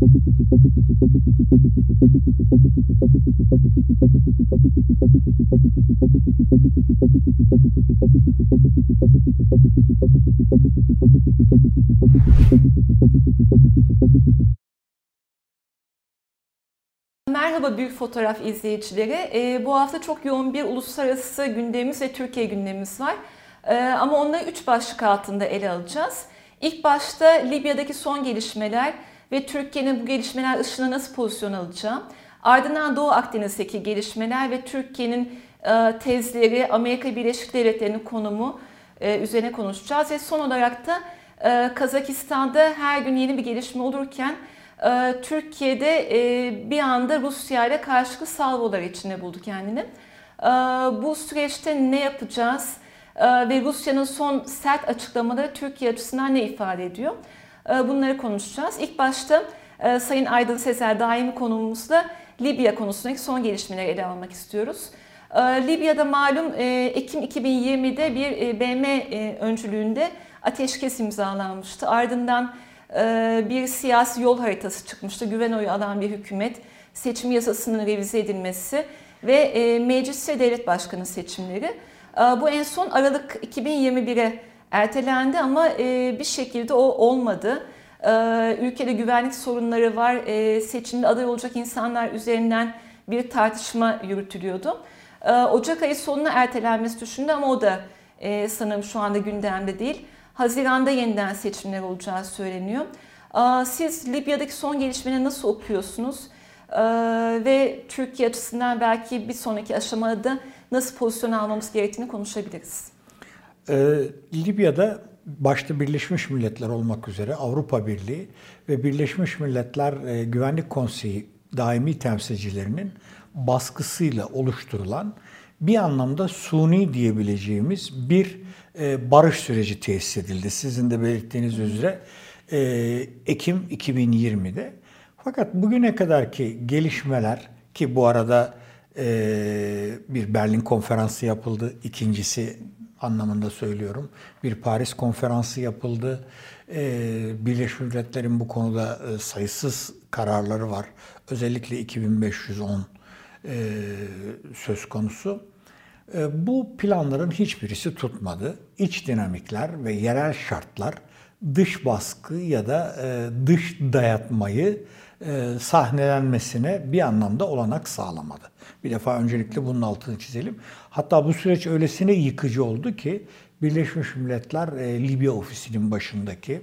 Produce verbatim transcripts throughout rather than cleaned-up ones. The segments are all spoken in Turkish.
Merhaba Büyük Fotoğraf izleyicileri. E, bu hafta çok yoğun bir uluslararası gündemimiz ve Türkiye gündemimiz var. E, ama onları üç başlık altında ele alacağız. İlk başta Libya'daki son gelişmeler ve Türkiye'nin bu gelişmeler ışığına nasıl pozisyon alacağı. Ardından Doğu Akdeniz'deki gelişmeler ve Türkiye'nin e, tezleri, Amerika Birleşik Devletleri'nin konumu e, üzerine konuşacağız. Ve son olarak da e, Kazakistan'da her gün yeni bir gelişme olurken Türkiye'de bir anda Rusya ile karşılıklı salvolar içinde buldu kendini. Bu süreçte ne yapacağız ve Rusya'nın son sert açıklamaları Türkiye açısından ne ifade ediyor? Bunları konuşacağız. İlk başta Sayın Aydın Sezer daimi konuğumuzla Libya konusundaki son gelişmeleri ele almak istiyoruz. Libya'da malum Ekim iki bin yirmide bir B M öncülüğünde ateşkes imzalanmıştı. Ardından bir siyasi yol haritası çıkmıştı. Güven oyu alan bir hükümet, seçim yasasının revize edilmesi ve meclis ve devlet başkanı seçimleri. Bu en son Aralık iki bin yirmi bire ertelendi ama bir şekilde o olmadı. Ülkede güvenlik sorunları var. Seçimde aday olacak insanlar üzerinden bir tartışma yürütülüyordu. Ocak ayı sonuna ertelenmesi düşündü ama o da sanırım şu anda gündemde değil. Haziran'da yeniden seçimler olacağı söyleniyor. Siz Libya'daki son gelişmeleri nasıl okuyorsunuz? Ve Türkiye açısından belki bir sonraki aşamada nasıl pozisyon almamız gerektiğini konuşabiliriz. Ee, Libya'da başta Birleşmiş Milletler olmak üzere Avrupa Birliği ve Birleşmiş Milletler e, Güvenlik Konseyi daimi temsilcilerinin baskısıyla oluşturulan bir anlamda suni diyebileceğimiz bir e, barış süreci tesis edildi. Sizin de belirttiğiniz üzere e, Ekim iki bin yirmide. Fakat bugüne kadarki gelişmeler ki bu arada e, bir Berlin konferansı yapıldı, ikincisi anlamında söylüyorum. Bir Paris konferansı yapıldı. E, Birleşmiş Milletler'in bu konuda e, sayısız kararları var. Özellikle iki bin beş yüz on e, söz konusu. Bu planların hiçbirisi tutmadı. İç dinamikler ve yerel şartlar dış baskı ya da dış dayatmayı sahnelenmesine bir anlamda olanak sağlamadı. Bir defa öncelikle bunun altını çizelim. Hatta bu süreç öylesine yıkıcı oldu ki Birleşmiş Milletler Libya ofisinin başındaki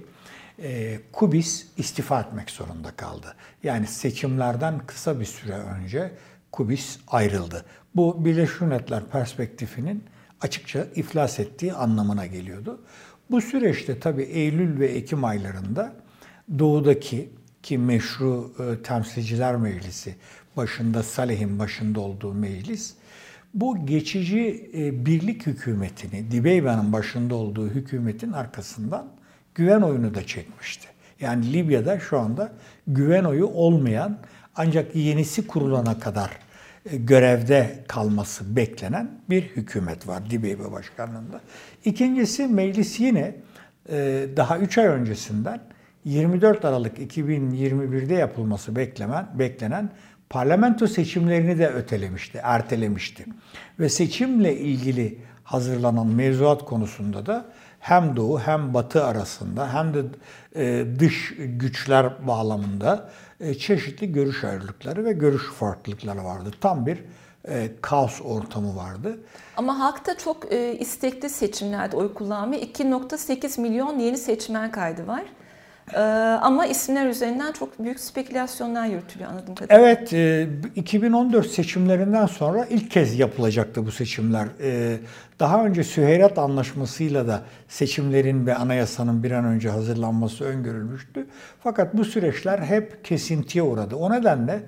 Kubis istifa etmek zorunda kaldı. Yani seçimlerden kısa bir süre önce Kubis ayrıldı. Bu Birleşmiş Milletler perspektifinin açıkça iflas ettiği anlamına geliyordu. Bu süreçte tabii Eylül ve Ekim aylarında doğudaki ki meşru e, Temsilciler Meclisi başında Saleh'in başında olduğu meclis bu geçici e, birlik hükümetini, Dibeyba'nın başında olduğu hükümetin arkasından güven oyunu da çekmişti. Yani Libya'da şu anda güven oyu olmayan ancak yenisi kurulana kadar görevde kalması beklenen bir hükümet var Dibeybe başkanlığında. İkincisi meclis yine daha üç ay öncesinden yirmi dört Aralık iki bin yirmi birde yapılması beklenen, beklenen parlamento seçimlerini de ötelemişti, ertelemişti. Ve seçimle ilgili hazırlanan mevzuat konusunda da hem Doğu hem Batı arasında hem de dış güçler bağlamında çeşitli görüş ayrılıkları ve görüş farklılıkları vardı. Tam bir e, kaos ortamı vardı. Ama halk da çok e, istekli seçimlerde oy kullanmıyor. iki nokta sekiz milyon yeni seçmen kaydı var. E, ama isimler üzerinden çok büyük spekülasyonlar yürütülüyor anladığım kadarıyla. Evet, e, iki bin on dört seçimlerinden sonra ilk kez yapılacaktı bu seçimler. E, daha önce Süheyrat Anlaşması'yla da seçimlerin ve anayasanın bir an önce hazırlanması öngörülmüştü. Fakat bu süreçler hep kesintiye uğradı. O nedenle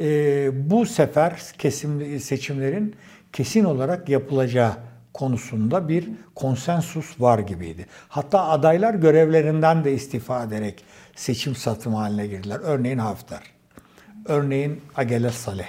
e, bu sefer kesim, seçimlerin kesin olarak yapılacağı konusunda bir konsensus var gibiydi. Hatta adaylar görevlerinden de istifa ederek seçim satımı haline girdiler. Örneğin Hafter, örneğin Agele Saleh.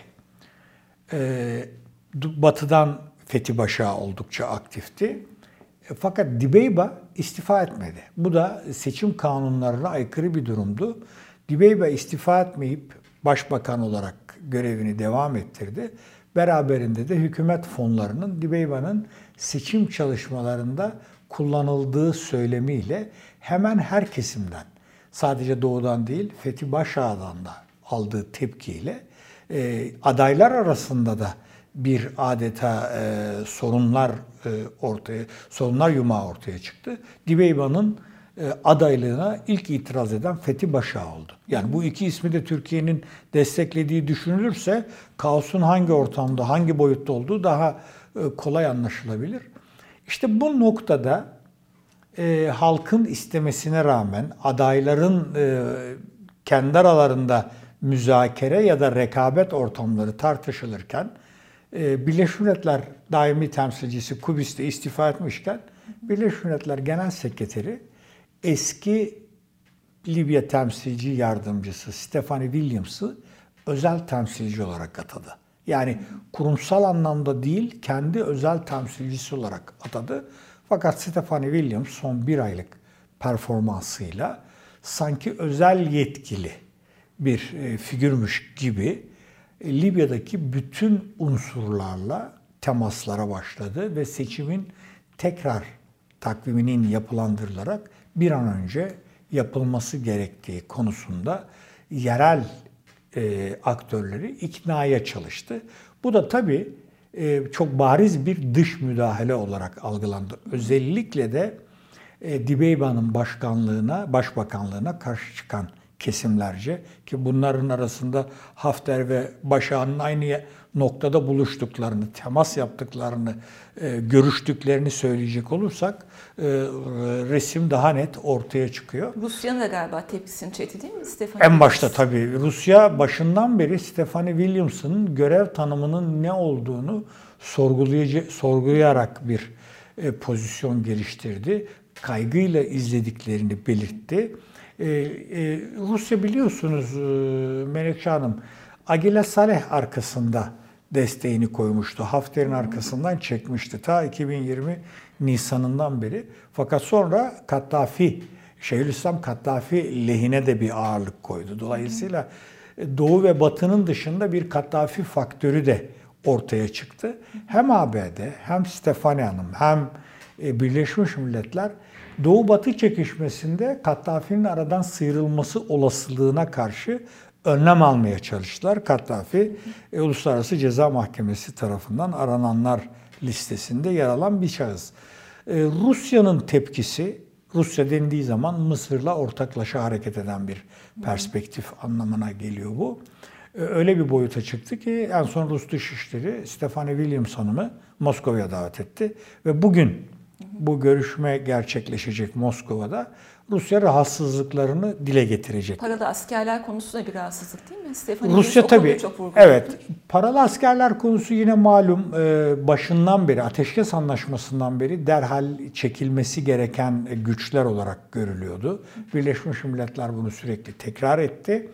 Ee, batı'dan Fethi Başağı oldukça aktifti. E, fakat Dibeyba istifa etmedi. Bu da seçim kanunlarına aykırı bir durumdu. Dibeyba istifa etmeyip başbakan olarak görevini devam ettirdi. Beraberinde de hükümet fonlarının Dibeyba'nın seçim çalışmalarında kullanıldığı söylemiyle hemen her kesimden, sadece doğudan değil Fethi Başağ'dan da aldığı tepkiyle e, adaylar arasında da bir adeta e, sorunlar e, ortaya sorunlar yumağı ortaya çıktı. Dibeyba'nın e, adaylığına ilk itiraz eden Fethi Başağ oldu. Yani bu iki ismi de Türkiye'nin desteklediği düşünülürse kaosun hangi ortamda, hangi boyutta olduğu daha e, kolay anlaşılabilir. İşte bu noktada e, halkın istemesine rağmen adayların e, kendi aralarında müzakere ya da rekabet ortamları tartışılırken e, Birleşmiş Milletler Daimi Temsilcisi Kubis de istifa etmişken Birleşmiş Milletler Genel Sekreteri eski Libya temsilci yardımcısı Stephanie Williams'ı özel temsilci olarak atadı. Yani kurumsal anlamda değil, kendi özel temsilcisi olarak atadı. Fakat Stephanie Williams son bir aylık performansıyla sanki özel yetkili bir figürmüş gibi Libya'daki bütün unsurlarla temaslara başladı ve seçimin tekrar takviminin yapılandırılarak bir an önce yapılması gerektiği konusunda yerel e, aktörleri iknaya çalıştı. Bu da tabii e, çok bariz bir dış müdahale olarak algılandı. Özellikle de e, Dibeyba'nın başkanlığına, başbakanlığına karşı çıkan kesimlerce, ki bunların arasında Hafter ve Başak'ın aynı noktada buluştuklarını, temas yaptıklarını, e, görüştüklerini söyleyecek olursak e, resim daha net ortaya çıkıyor. Rusya'nın da galiba tepkisini çekti değil mi Stephanie? En başta tabii Rusya başından beri Stephanie Williams'ın görev tanımının ne olduğunu sorgulayıcı, sorgulayarak bir e, pozisyon geliştirdi. Kaygıyla izlediklerini belirtti. Ee, e, Rusya biliyorsunuz e, Menekşe Hanım, Agila Saleh arkasında desteğini koymuştu. Hafter'in arkasından çekmişti ta iki bin yirmi Nisan'ından beri. Fakat sonra Kaddafi, Şeyhülislam Kaddafi lehine de bir ağırlık koydu. Dolayısıyla Doğu ve Batı'nın dışında bir Kaddafi faktörü de ortaya çıktı. Hem A B D hem Stephanie Hanım hem Birleşmiş Milletler Doğu-Batı çekişmesinde Kaddafi'nin aradan sıyrılması olasılığına karşı önlem almaya çalıştılar. Kaddafi, e, Uluslararası Ceza Mahkemesi tarafından arananlar listesinde yer alan bir şahıs. E, Rusya'nın tepkisi, Rusya dendiği zaman Mısır'la ortaklaşa hareket eden bir perspektif anlamına geliyor bu. E, öyle bir boyuta çıktı ki en son Rus Dışişleri Stephanie Williams Hanım'ı Moskova'ya davet etti ve bugün bu görüşme gerçekleşecek Moskova'da Rusya rahatsızlıklarını dile getirecek. Paralı askerler konusunda bir rahatsızlık değil mi? Stephanie Rusya tabii, çok evet. Paralı askerler konusu yine malum başından beri, ateşkes anlaşmasından beri derhal çekilmesi gereken güçler olarak görülüyordu. Birleşmiş Milletler bunu sürekli tekrar etti.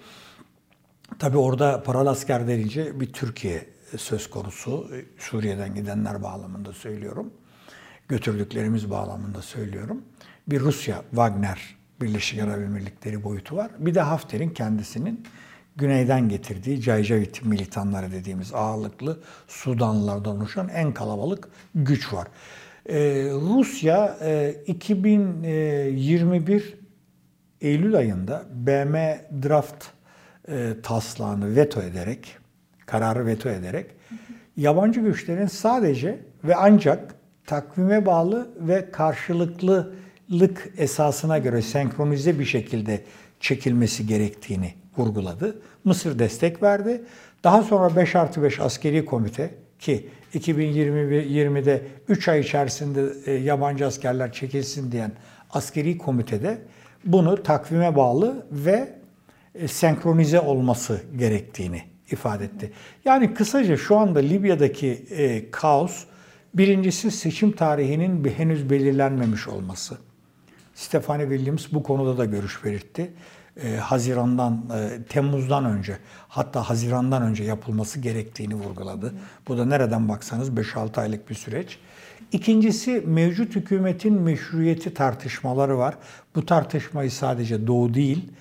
Tabii orada paralı asker denince bir Türkiye söz konusu. Suriye'den gidenler bağlamında söylüyorum. Götürdüklerimiz bağlamında söylüyorum. Bir Rusya, Wagner, Birleşik Arap Emirlikleri boyutu var. Bir de Hafter'in kendisinin güneyden getirdiği Caycavit militanları dediğimiz ağırlıklı Sudanlılardan oluşan en kalabalık güç var. Ee, Rusya e, iki bin yirmi bir Eylül ayında B M draft e, taslağını veto ederek, kararı veto ederek yabancı güçlerin sadece ve ancak takvime bağlı ve karşılıklılık esasına göre senkronize bir şekilde çekilmesi gerektiğini vurguladı. Mısır destek verdi. Daha sonra beş artı beş askeri komite ki iki bin yirmide üç ay içerisinde yabancı askerler çekilsin diyen askeri komitede bunu takvime bağlı ve senkronize olması gerektiğini ifade etti. Yani kısaca şu anda Libya'daki e, kaos, birincisi seçim tarihinin bir henüz belirlenmemiş olması. Stephanie Williams bu konuda da görüş belirtti. Ee, Haziran'dan, e, Temmuz'dan önce, hatta Haziran'dan önce yapılması gerektiğini vurguladı. Bu da nereden baksanız beş altı aylık bir süreç. İkincisi, mevcut hükümetin meşruiyeti tartışmaları var. Bu tartışmayı sadece Doğu değil,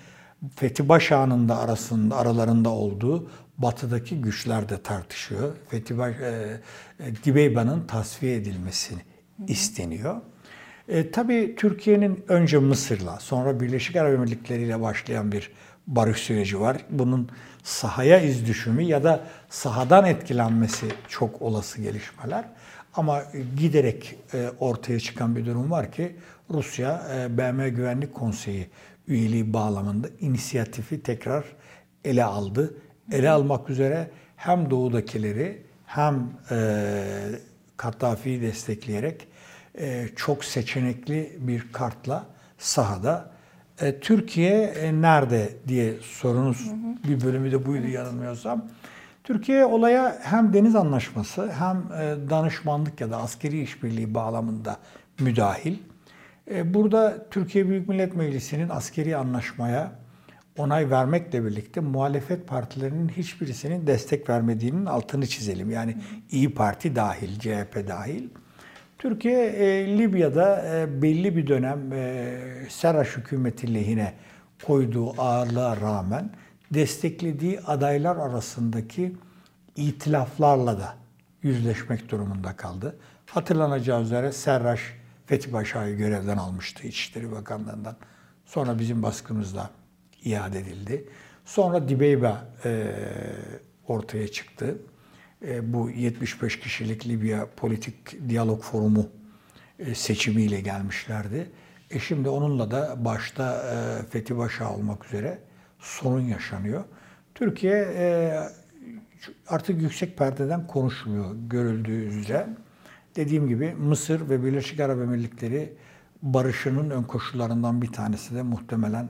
Fethi Başağı'nın da arasında aralarında olduğu batıdaki güçler de tartışıyor. Fethi Baş, e, e, Dibeyba'nın tasfiye edilmesi isteniyor. E, tabii Türkiye'nin önce Mısır'la sonra Birleşik Arap Emirlikleri ile başlayan bir barış süreci var. Bunun sahaya iz düşümü ya da sahadan etkilenmesi çok olası gelişmeler. Ama giderek e, ortaya çıkan bir durum var ki Rusya e, B M Güvenlik Konseyi üyeliği bağlamında inisiyatifi tekrar ele aldı. Ele almak üzere hem doğudakileri hem e, Kaddafi'yi destekleyerek e, çok seçenekli bir kartla sahada. E, Türkiye e, nerede diye sorunuz, hı hı. bir bölümü de buydu, evet. yanılmıyorsam. Türkiye olaya hem deniz anlaşması hem e, danışmanlık ya da askeri işbirliği bağlamında müdahil. E, burada Türkiye Büyük Millet Meclisi'nin askeri anlaşmaya onay vermekle birlikte muhalefet partilerinin hiçbirisinin destek vermediğinin altını çizelim. Yani İyi Parti dahil, C H P dahil. Türkiye e, Libya'da e, belli bir dönem e, Serraj hükümeti lehine koyduğu ağırlığa rağmen desteklediği adaylar arasındaki itilaflarla da yüzleşmek durumunda kaldı. Hatırlanacağı üzere Serraj Fethi Başak'ı görevden almıştı İçişleri Bakanlığı'ndan. Sonra bizim baskımızla iade edildi. Sonra Dibeyba e, ortaya çıktı. E, bu yetmiş beş kişilik Libya Politik Diyalog Forumu e, seçimiyle gelmişlerdi. E şimdi onunla da başta e, Fethi Başak olmak üzere sorun yaşanıyor. Türkiye e, artık yüksek perdeden konuşmuyor görüldüğü üzere. Dediğim gibi Mısır ve Birleşik Arap Emirlikleri barışının ön koşullarından bir tanesi de muhtemelen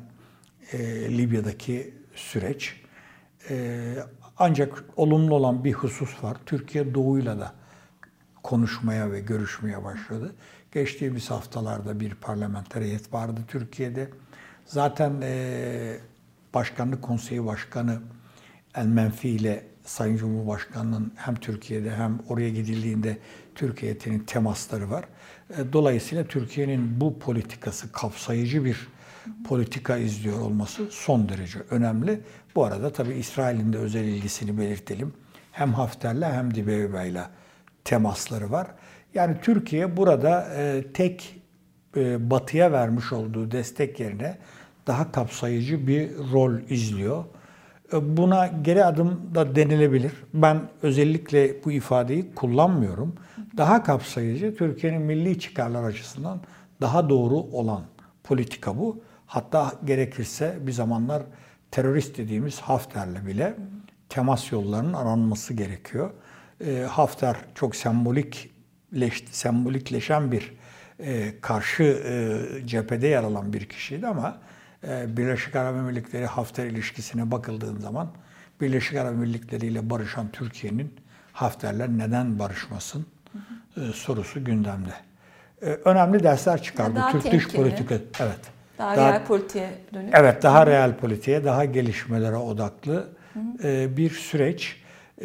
e, Libya'daki süreç. E, ancak olumlu olan bir husus var. Türkiye Doğu'yla da konuşmaya ve görüşmeye başladı. Geçtiğimiz haftalarda bir parlamenter heyet vardı Türkiye'de. Zaten e, Başkanlık Konseyi Başkanı El Menfi ile Sayın Cumhurbaşkanı'nın hem Türkiye'de hem oraya gidildiğinde Türkiye heyetinin temasları var. Dolayısıyla Türkiye'nin bu politikası kapsayıcı bir politika izliyor olması son derece önemli. Bu arada tabii İsrail'in de özel ilgisini belirtelim. Hem Hafter'le hem Dibeyba'yla temasları var. Yani Türkiye burada tek Batı'ya vermiş olduğu destek yerine daha kapsayıcı bir rol izliyor. Buna geri adım da denilebilir. Ben özellikle bu ifadeyi kullanmıyorum. Daha kapsayıcı, Türkiye'nin milli çıkarlar açısından daha doğru olan politika bu. Hatta gerekirse bir zamanlar terörist dediğimiz Hafter'le bile temas yollarının aranması gerekiyor. Hafter çok sembolikleş, sembolikleşen bir karşı cephede yer alan bir kişiydi ama Birleşik Arap Emirlikleri Hafter ilişkisine bakıldığın zaman Birleşik Arap Emirlikleri ile barışan Türkiye'nin Hafter'le neden barışmasın hı hı. sorusu gündemde. Önemli dersler çıkardı. Daha Türk dış politika. Evet. Daha, daha real politiğe dönük. Evet, daha hı. real politiğe, daha gelişmelere odaklı hı hı. bir süreç.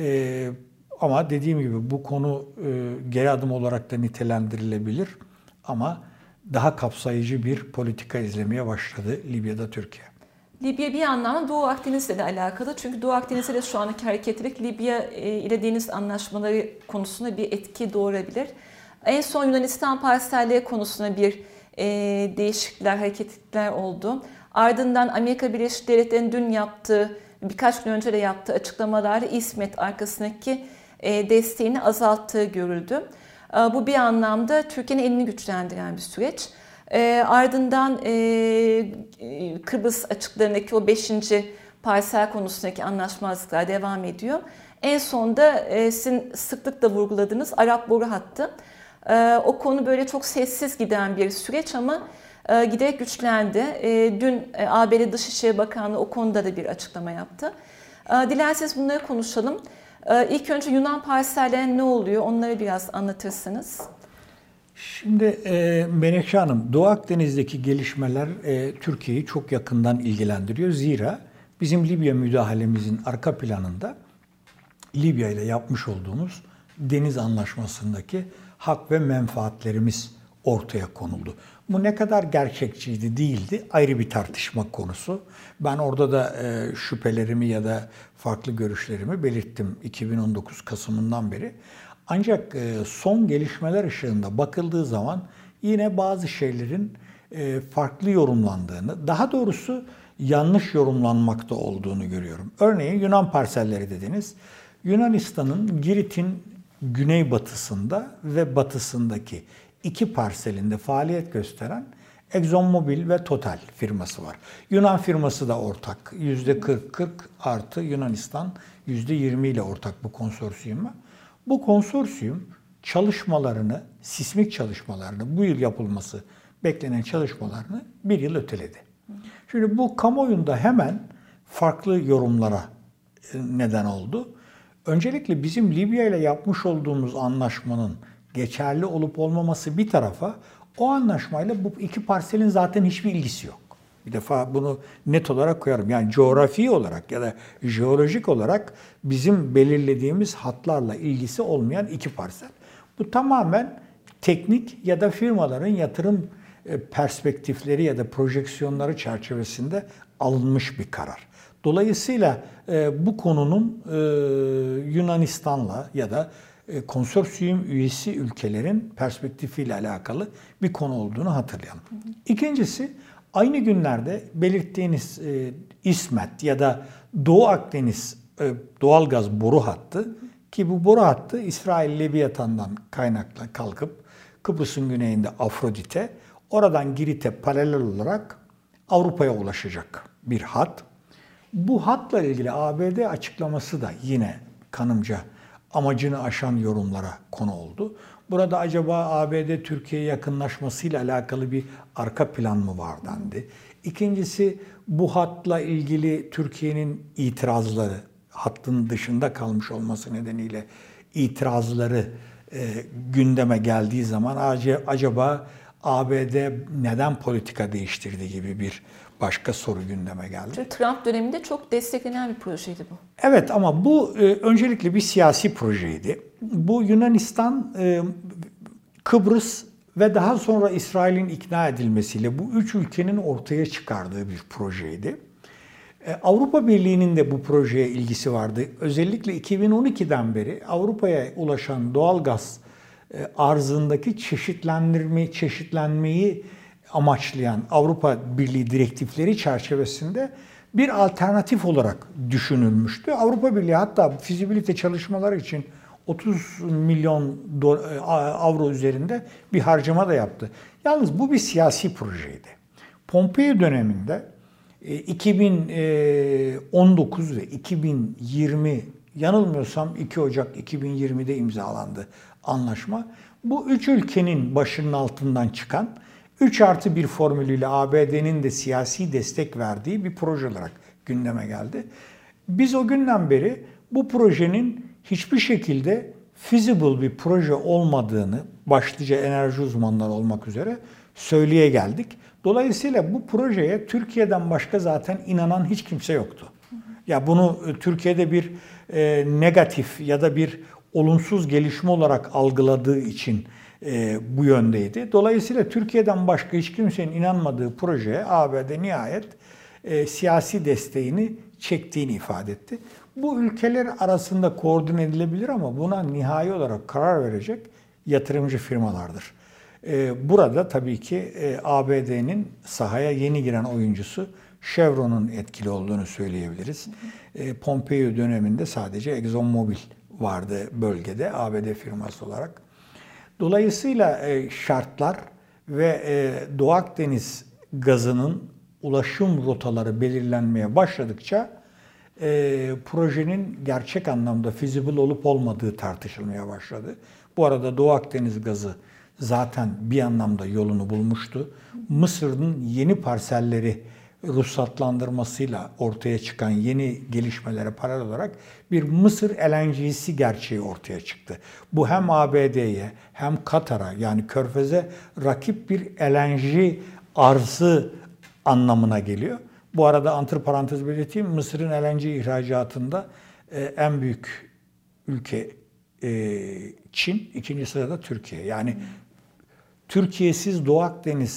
Ama dediğim gibi bu konu geri adım olarak da nitelendirilebilir. Ama daha kapsayıcı bir politika izlemeye başladı Libya'da Türkiye. Libya bir anlamda Doğu Akdeniz'le de alakalı. Çünkü Doğu Akdeniz'de de şu anki hareketlilik Libya ile deniz anlaşmaları konusunda bir etki doğurabilir. En son Yunanistan parselleri konusunda bir e, değişiklikler, hareketlilikler oldu. Ardından Amerika Birleşik Devletleri'nin dün yaptığı, birkaç gün önce de yaptığı açıklamalarla İsmet arkasındaki e, desteğini azalttığı görüldü. Bu bir anlamda Türkiye'nin elini güçlendiren bir süreç. E, ardından e, Kıbrıs açıklarındaki o beşinci parsel konusundaki anlaşmazlıklar devam ediyor. En sonda e, sizin sıklıkla vurguladığınız Arap boru hattı. E, o konu böyle çok sessiz giden bir süreç ama e, giderek güçlendi. E, dün e, A B D Dışişleri Bakanlığı o konuda da bir açıklama yaptı. E, dilerseniz bunları konuşalım. İlk önce Yunan parsellerine ne oluyor? Onları biraz anlatırsınız. Şimdi e, Menekşe Hanım, Doğu Akdeniz'deki gelişmeler e, Türkiye'yi çok yakından ilgilendiriyor. Zira bizim Libya müdahalemizin arka planında Libya ile yapmış olduğumuz deniz anlaşmasındaki hak ve menfaatlerimiz ortaya konuldu. Bu ne kadar gerçekçiydi değildi ayrı bir tartışma konusu. Ben orada da e, şüphelerimi ya da farklı görüşlerimi belirttim iki bin on dokuz Kasım'ından beri. Ancak e, son gelişmeler ışığında bakıldığı zaman yine bazı şeylerin e, farklı yorumlandığını, daha doğrusu yanlış yorumlanmakta olduğunu görüyorum. Örneğin Yunan parselleri dediniz. Yunanistan'ın Girit'in güneybatısında ve batısındaki iki parselinde faaliyet gösteren ExxonMobil ve Total firması var. Yunan firması da ortak. yüzde kırk kırk artı Yunanistan yüzde yirmi ile ortak bu konsorsiyuma. Bu konsorsiyum çalışmalarını, sismik çalışmalarını, bu yıl yapılması beklenen çalışmalarını bir yıl öteledi. Şimdi bu kamuoyunda hemen farklı yorumlara neden oldu. Öncelikle bizim Libya ile yapmış olduğumuz anlaşmanın geçerli olup olmaması bir tarafa, o anlaşmayla bu iki parselin zaten hiçbir ilgisi yok. Bir defa bunu net olarak koyarım. Yani coğrafi olarak ya da jeolojik olarak bizim belirlediğimiz hatlarla ilgisi olmayan iki parsel. Bu tamamen teknik ya da firmaların yatırım perspektifleri ya da projeksiyonları çerçevesinde alınmış bir karar. Dolayısıyla e, bu konunun e, Yunanistan'la ya da e, konsorsiyum üyesi ülkelerin perspektifiyle alakalı bir konu olduğunu hatırlayalım. Hı hı. İkincisi, aynı günlerde belirttiğiniz e, İsmet ya da Doğu Akdeniz e, doğalgaz boru hattı, hı hı. ki bu boru hattı İsrail Leviathan'dan kaynakla kalkıp Kıbrıs'ın güneyinde Afrodit'e, oradan Girit'e paralel olarak Avrupa'ya ulaşacak bir hat. Bu hatla ilgili A B D açıklaması da yine kanımca amacını aşan yorumlara konu oldu. Burada acaba A B D Türkiye'ye yakınlaşmasıyla alakalı bir arka plan mı var dendi. İkincisi, bu hatla ilgili Türkiye'nin itirazları, hattın dışında kalmış olması nedeniyle itirazları e, gündeme geldiği zaman acaba A B D neden politika değiştirdi gibi bir başka soru gündeme geldi. Çünkü Trump döneminde çok desteklenen bir projeydi bu. Evet, ama bu e, öncelikle bir siyasi projeydi. Bu Yunanistan, e, Kıbrıs ve daha sonra İsrail'in ikna edilmesiyle bu üç ülkenin ortaya çıkardığı bir projeydi. E, Avrupa Birliği'nin de bu projeye ilgisi vardı. Özellikle iki bin on ikiden beri Avrupa'ya ulaşan doğalgaz e, arzındaki çeşitlendirme, çeşitlenmeyi amaçlayan Avrupa Birliği direktifleri çerçevesinde bir alternatif olarak düşünülmüştü. Avrupa Birliği hatta fizibilite çalışmaları için otuz milyon avro üzerinde bir harcama da yaptı. Yalnız bu bir siyasi projeydi. Pompeo döneminde iki bin on dokuz ve iki bin yirmi, yanılmıyorsam iki Ocak iki bin yirmide imzalandı anlaşma. Bu üç ülkenin başının altından çıkan üç artı bir formülüyle A B D'nin de siyasi destek verdiği bir proje olarak gündeme geldi. Biz o günden beri bu projenin hiçbir şekilde feasible bir proje olmadığını, başlıca enerji uzmanları olmak üzere söyleye geldik. Dolayısıyla bu projeye Türkiye'den başka zaten inanan hiç kimse yoktu. Ya bunu Türkiye'de bir e, negatif ya da bir olumsuz gelişme olarak algıladığı için e, bu yöndeydi. Dolayısıyla Türkiye'den başka hiç kimsenin inanmadığı projeye A B D nihayet e, siyasi desteğini çektiğini ifade etti. Bu ülkeler arasında koordine edilebilir ama buna nihai olarak karar verecek yatırımcı firmalardır. E, burada tabii ki e, A B D'nin sahaya yeni giren oyuncusu Chevron'un etkili olduğunu söyleyebiliriz. E, Pompeo döneminde sadece ExxonMobil vardı bölgede A B D firması olarak. Dolayısıyla şartlar ve Doğu Akdeniz gazının ulaşım rotaları belirlenmeye başladıkça projenin gerçek anlamda feasible olup olmadığı tartışılmaya başladı. Bu arada Doğu Akdeniz gazı zaten bir anlamda yolunu bulmuştu. Mısır'ın yeni parselleri ruhsatlandırmasıyla ortaya çıkan yeni gelişmelere paralel olarak bir Mısır L N G'si gerçeği ortaya çıktı. Bu hem A B D'ye hem Katar'a, yani Körfez'e rakip bir L N G arzı anlamına geliyor. Bu arada antiparantez belirteyim, Mısır'ın L N G ihracatında en büyük ülke Çin, ikinci sırada Türkiye. Yani Türkiye'siz Doğu Akdeniz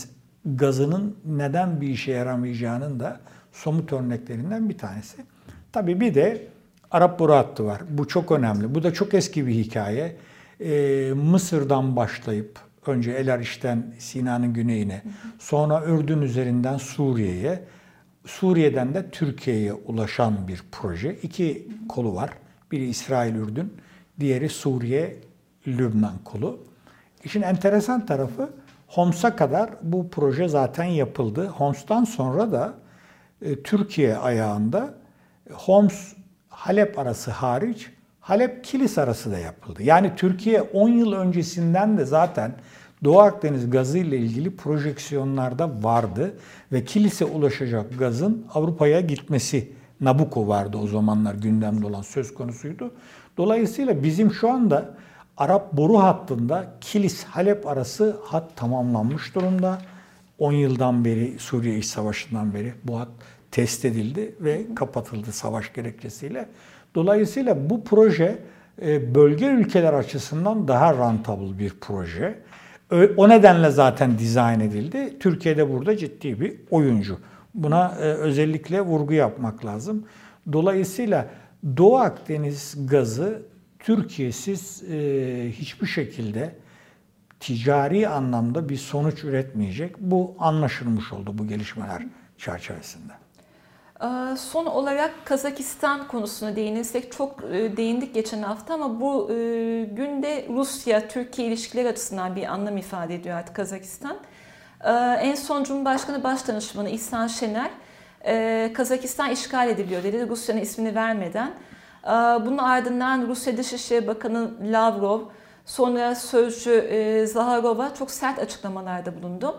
gazının neden bir işe yaramayacağının da somut örneklerinden bir tanesi. Tabii bir de Arap boru hattı var. Bu çok önemli. Bu da çok eski bir hikaye. Ee, Mısır'dan başlayıp önce El Ariş'ten Sina'nın güneyine, sonra Ürdün üzerinden Suriye'ye, Suriye'den de Türkiye'ye ulaşan bir proje. İki kolu var. Biri İsrail-Ürdün, diğeri Suriye-Lübnan kolu. İşin enteresan tarafı Homs'a kadar bu proje zaten yapıldı. Homs'tan sonra da e, Türkiye ayağında Homs-Halep arası hariç Halep-Kilis arası da yapıldı. Yani Türkiye on yıl öncesinden de zaten Doğu Akdeniz gazı ile ilgili projeksiyonlarda vardı ve Kilis'e ulaşacak gazın Avrupa'ya gitmesi, Nabucco vardı o zamanlar gündemde olan söz konusuydu. Dolayısıyla bizim şu anda Arap boru hattında Kilis-Halep arası hat tamamlanmış durumda. on yıldan beri, Suriye İç Savaşı'ndan beri bu hat test edildi ve kapatıldı savaş gerekçesiyle. Dolayısıyla bu proje bölge ülkeler açısından daha rentable bir proje. O nedenle zaten dizayn edildi. Türkiye'de burada ciddi bir oyuncu. Buna özellikle vurgu yapmak lazım. Dolayısıyla Doğu Akdeniz gazı Türkiye'siz hiçbir şekilde ticari anlamda bir sonuç üretmeyecek. Bu anlaşılmış oldu bu gelişmeler çerçevesinde. Son olarak Kazakistan konusuna değinirsek çok değindik geçen hafta ama bu günde Rusya-Türkiye ilişkileri açısından bir anlam ifade ediyor artık Kazakistan. En son Cumhurbaşkanı Başdanışmanı İhsan Şener Kazakistan işgal ediliyor dedi Rusya'nın ismini vermeden. Bunun ardından Rusya Dışişleri Bakanı Lavrov, sonra sözcü Zaharova çok sert açıklamalarda bulundu.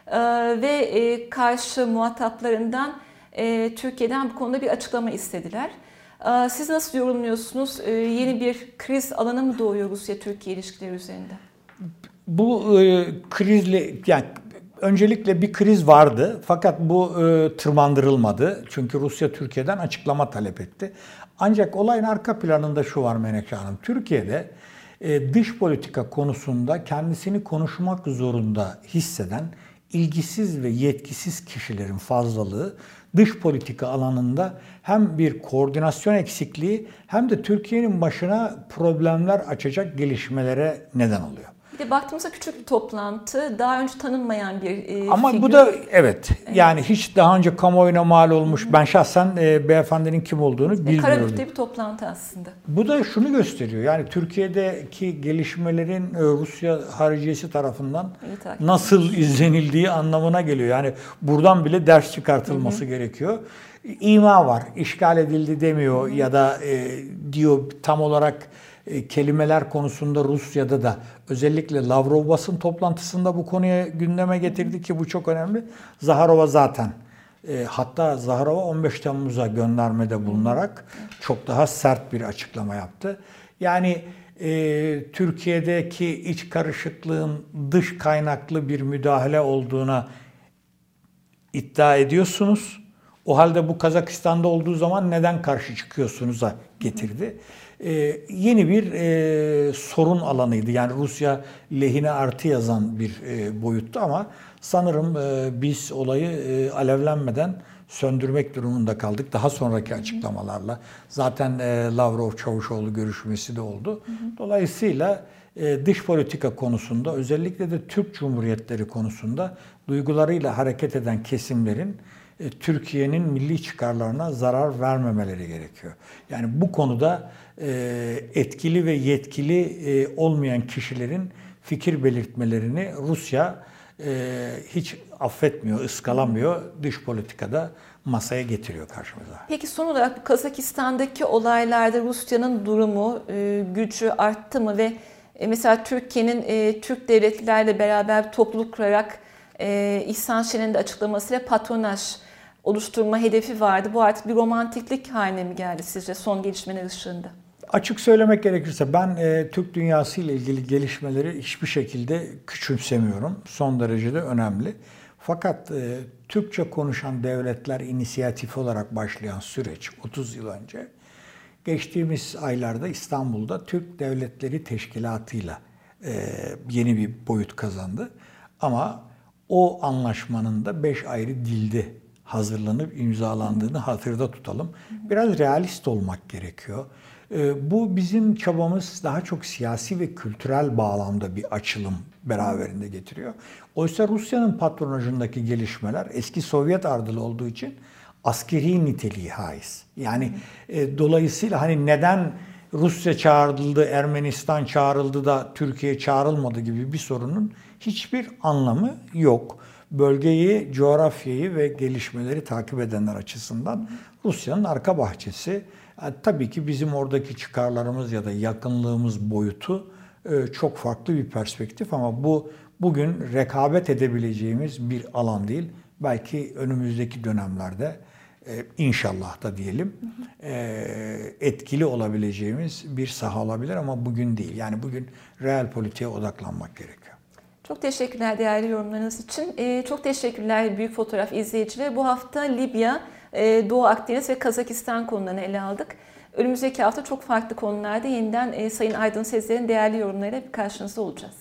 Ve karşı muhataplarından Türkiye'den bu konuda bir açıklama istediler. Siz nasıl yorumluyorsunuz? Yeni bir kriz alanı mı doğuyor Rusya-Türkiye ilişkileri üzerinde? Bu e, krizle, yani öncelikle bir kriz vardı fakat bu e, tırmandırılmadı. Çünkü Rusya Türkiye'den açıklama talep etti. Ancak olayın arka planında şu var Menekşe Hanım. Türkiye'de e, dış politika konusunda kendisini konuşmak zorunda hisseden ilgisiz ve yetkisiz kişilerin fazlalığı dış politika alanında hem bir koordinasyon eksikliği hem de Türkiye'nin başına problemler açacak gelişmelere neden oluyor. Bir de baktığımızda küçük bir toplantı, daha önce tanınmayan bir e, Ama figür. bu da evet, yani hiç daha önce kamuoyuna mal olmuş. Ben şahsen e, beyefendinin kim olduğunu bilmiyordum. Karabük'te bir toplantı aslında. Bu da şunu gösteriyor. Yani Türkiye'deki gelişmelerin e, Rusya hariciyesi tarafından evet, nasıl izlenildiği anlamına geliyor. Yani buradan bile ders çıkartılması hı hı. gerekiyor. İma var. İşgal edildi demiyor hı hı. ya da e, diyor tam olarak e, kelimeler konusunda Rusya'da da özellikle Lavrov basın toplantısında bu konuya gündeme getirdi ki bu çok önemli. Zaharova zaten e, hatta Zaharova on beş Temmuz'a göndermede bulunarak çok daha sert bir açıklama yaptı. Yani e, Türkiye'deki iç karışıklığın dış kaynaklı bir müdahale olduğuna iddia ediyorsunuz. O halde bu Kazakistan'da olduğu zaman neden karşı çıkıyorsunuz'a getirdi. Ee, yeni bir e, sorun alanıydı. Yani Rusya lehine artı yazan bir e, boyuttu ama sanırım e, biz olayı e, alevlenmeden söndürmek durumunda kaldık. Daha sonraki açıklamalarla. Zaten e, Lavrov-Çavuşoğlu görüşmesi de oldu. Hı hı. Dolayısıyla e, dış politika konusunda özellikle de Türk Cumhuriyetleri konusunda duygularıyla hareket eden kesimlerin Türkiye'nin milli çıkarlarına zarar vermemeleri gerekiyor. Yani bu konuda etkili ve yetkili olmayan kişilerin fikir belirtmelerini Rusya hiç affetmiyor, ıskalamıyor. Dış politikada masaya getiriyor karşımıza. Peki son olarak Kazakistan'daki olaylarda Rusya'nın durumu, gücü arttı mı ve mesela Türkiye'nin Türk devletlerle beraber bir topluluk kurarak İhsan Şen'in de açıklamasıyla patronaj oluşturma hedefi vardı. Bu artık bir romantiklik haline mi geldi sizce son gelişmeler ışığında? Açık söylemek gerekirse ben e, Türk dünyası ile ilgili gelişmeleri hiçbir şekilde küçümsemiyorum. Son derece de önemli. Fakat e, Türkçe konuşan devletler inisiyatifi olarak başlayan süreç otuz yıl önce geçtiğimiz aylarda İstanbul'da Türk Devletleri Teşkilatı'yla e, yeni bir boyut kazandı. Ama O anlaşmanın da beş ayrı dilde hazırlanıp imzalandığını hatırda tutalım. Biraz realist olmak gerekiyor. Bu bizim çabamız daha çok siyasi ve kültürel bağlamda bir açılım beraberinde getiriyor. Oysa Rusya'nın patronajındaki gelişmeler eski Sovyet ardılı olduğu için askeri niteliği haiz. Yani e, dolayısıyla hani neden Rusya çağrıldı, Ermenistan çağrıldı da Türkiye çağrılmadı gibi bir sorunun hiçbir anlamı yok. Bölgeyi, coğrafyayı ve gelişmeleri takip edenler açısından Rusya'nın arka bahçesi. Yani tabii ki bizim oradaki çıkarlarımız ya da yakınlığımız boyutu e, çok farklı bir perspektif ama bu bugün rekabet edebileceğimiz bir alan değil. Belki önümüzdeki dönemlerde e, inşallah da diyelim e, etkili olabileceğimiz bir saha olabilir ama bugün değil. Yani bugün real politiğe odaklanmak gerekiyor. Çok teşekkürler değerli yorumlarınız için. Ee, çok teşekkürler Büyük Fotoğraf izleyicileri. Bu hafta Libya, e, Doğu Akdeniz ve Kazakistan konularını ele aldık. Önümüzdeki hafta çok farklı konularda yeniden e, Sayın Aydın Sezer'in değerli yorumlarıyla karşınızda olacağız.